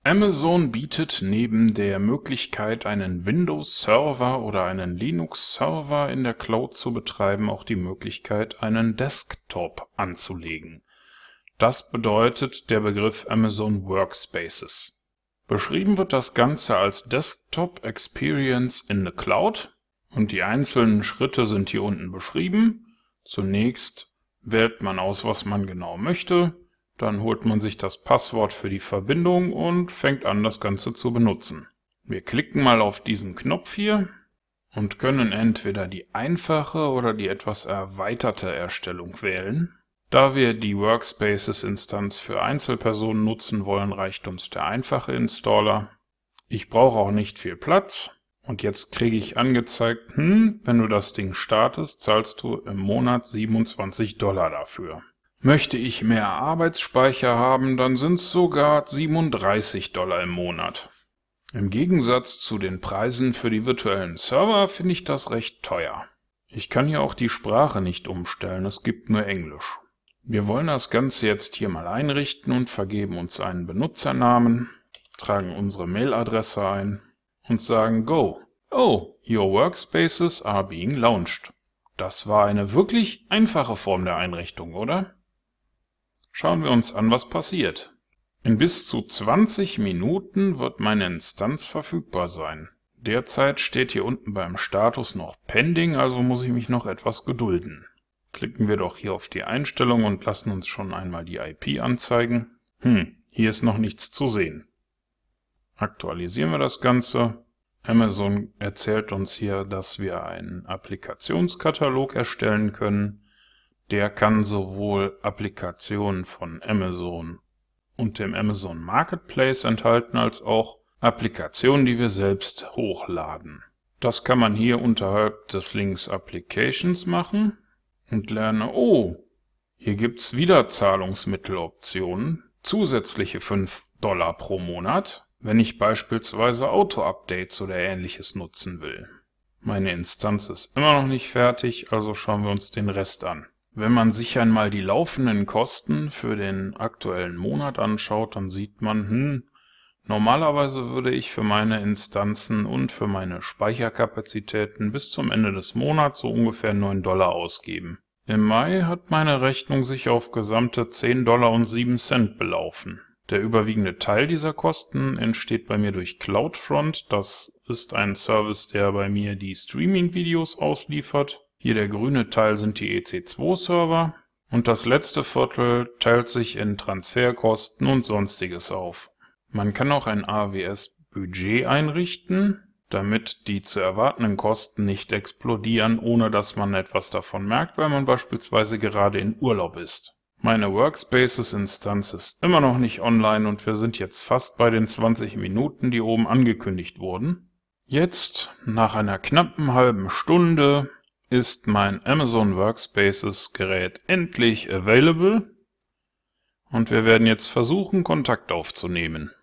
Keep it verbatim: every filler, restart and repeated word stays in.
Amazon bietet neben der Möglichkeit, einen Windows-Server oder einen Linux-Server in der Cloud zu betreiben, auch die Möglichkeit, einen Desktop anzulegen. Das bedeutet der Begriff Amazon Workspaces. Beschrieben wird das Ganze als Desktop Experience in the Cloud und die einzelnen Schritte sind hier unten beschrieben. Zunächst wählt man aus, was man genau möchte. Dann holt man sich das Passwort für die Verbindung und fängt an, das Ganze zu benutzen. Wir klicken mal auf diesen Knopf hier und können entweder die einfache oder die etwas erweiterte Erstellung wählen. Da wir die Workspaces-Instanz für Einzelpersonen nutzen wollen, reicht uns der einfache Installer. Ich brauche auch nicht viel Platz und jetzt kriege ich angezeigt, hm, wenn du das Ding startest, zahlst du im Monat siebenundzwanzig Dollar dafür. Möchte ich mehr Arbeitsspeicher haben, dann sind es sogar siebenunddreißig Dollar im Monat. Im Gegensatz zu den Preisen für die virtuellen Server finde ich das recht teuer. Ich kann hier auch die Sprache nicht umstellen, es gibt nur Englisch. Wir wollen das Ganze jetzt hier mal einrichten und vergeben uns einen Benutzernamen, tragen unsere Mailadresse ein und sagen Go. Oh, your workspaces are being launched. Das war eine wirklich einfache Form der Einrichtung, oder? Schauen wir uns an, was passiert. In bis zu zwanzig Minuten wird meine Instanz verfügbar sein. Derzeit steht hier unten beim Status noch Pending, also muss ich mich noch etwas gedulden. Klicken wir doch hier auf die Einstellung und lassen uns schon einmal die I P anzeigen. Hm, hier ist noch nichts zu sehen. Aktualisieren wir das Ganze. Amazon erzählt uns hier, dass wir einen Applikationskatalog erstellen können. Der kann sowohl Applikationen von Amazon und dem Amazon Marketplace enthalten, als auch Applikationen, die wir selbst hochladen. Das kann man hier unterhalb des Links Applications machen und lernen, oh, hier gibt's wieder Zahlungsmitteloptionen, zusätzliche fünf Dollar pro Monat, wenn ich beispielsweise Auto-Updates oder ähnliches nutzen will. Meine Instanz ist immer noch nicht fertig, also schauen wir uns den Rest an. Wenn man sich einmal die laufenden Kosten für den aktuellen Monat anschaut, dann sieht man, hm, normalerweise würde ich für meine Instanzen und für meine Speicherkapazitäten bis zum Ende des Monats so ungefähr neun Dollar ausgeben. Im Mai hat meine Rechnung sich auf gesamte zehn Dollar und sieben Cent belaufen. Der überwiegende Teil dieser Kosten entsteht bei mir durch CloudFront. Das ist ein Service, der bei mir die Streaming-Videos ausliefert. Hier der grüne Teil sind die E C zwei Server und das letzte Viertel teilt sich in Transferkosten und Sonstiges auf. Man kann auch ein A W S-Budget einrichten, damit die zu erwartenden Kosten nicht explodieren, ohne dass man etwas davon merkt, weil man beispielsweise gerade in Urlaub ist. Meine Workspaces-Instanz ist immer noch nicht online und wir sind jetzt fast bei den zwanzig Minuten, die oben angekündigt wurden. Jetzt, nach einer knappen halben Stunde, ist mein Amazon Workspaces Gerät endlich available und wir werden jetzt versuchen, Kontakt aufzunehmen.